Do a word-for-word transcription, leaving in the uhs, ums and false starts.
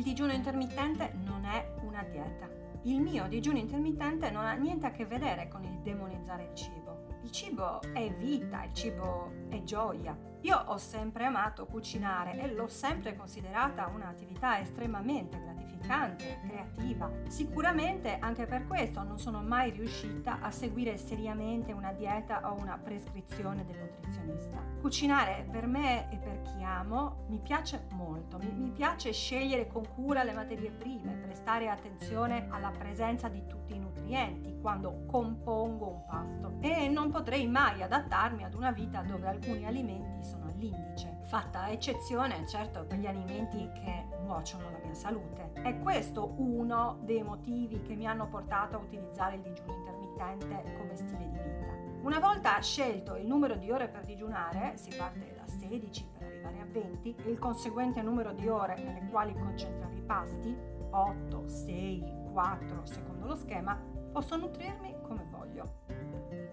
digiuno intermittente non è una dieta. Il mio digiuno intermittente non ha niente a che vedere con il demonizzare il cibo. Il cibo è vita, il cibo è gioia. Io ho sempre amato cucinare e l'ho sempre considerata un'attività estremamente gratificante, creativa. Sicuramente anche per questo non sono mai riuscita a seguire seriamente una dieta o una prescrizione del nutrizionista. Cucinare per me e per chi amo mi piace molto, mi, mi piace scegliere con cura le materie prime, prestare attenzione alla presenza di tutti i nutrienti quando compongo un pasto e non potrei mai adattarmi ad una vita dove alcuni alimenti sono all'indice, fatta eccezione certo per gli alimenti che nuociono la mia salute. È questo uno dei motivi che mi hanno portato a utilizzare il digiuno intermittente come stile di vita. Una volta scelto il numero di ore per digiunare, si parte da sedici per arrivare a venti, e il conseguente numero di ore nelle quali concentrare i pasti, otto, sei, quattro secondo lo schema, posso nutrirmi come voglio.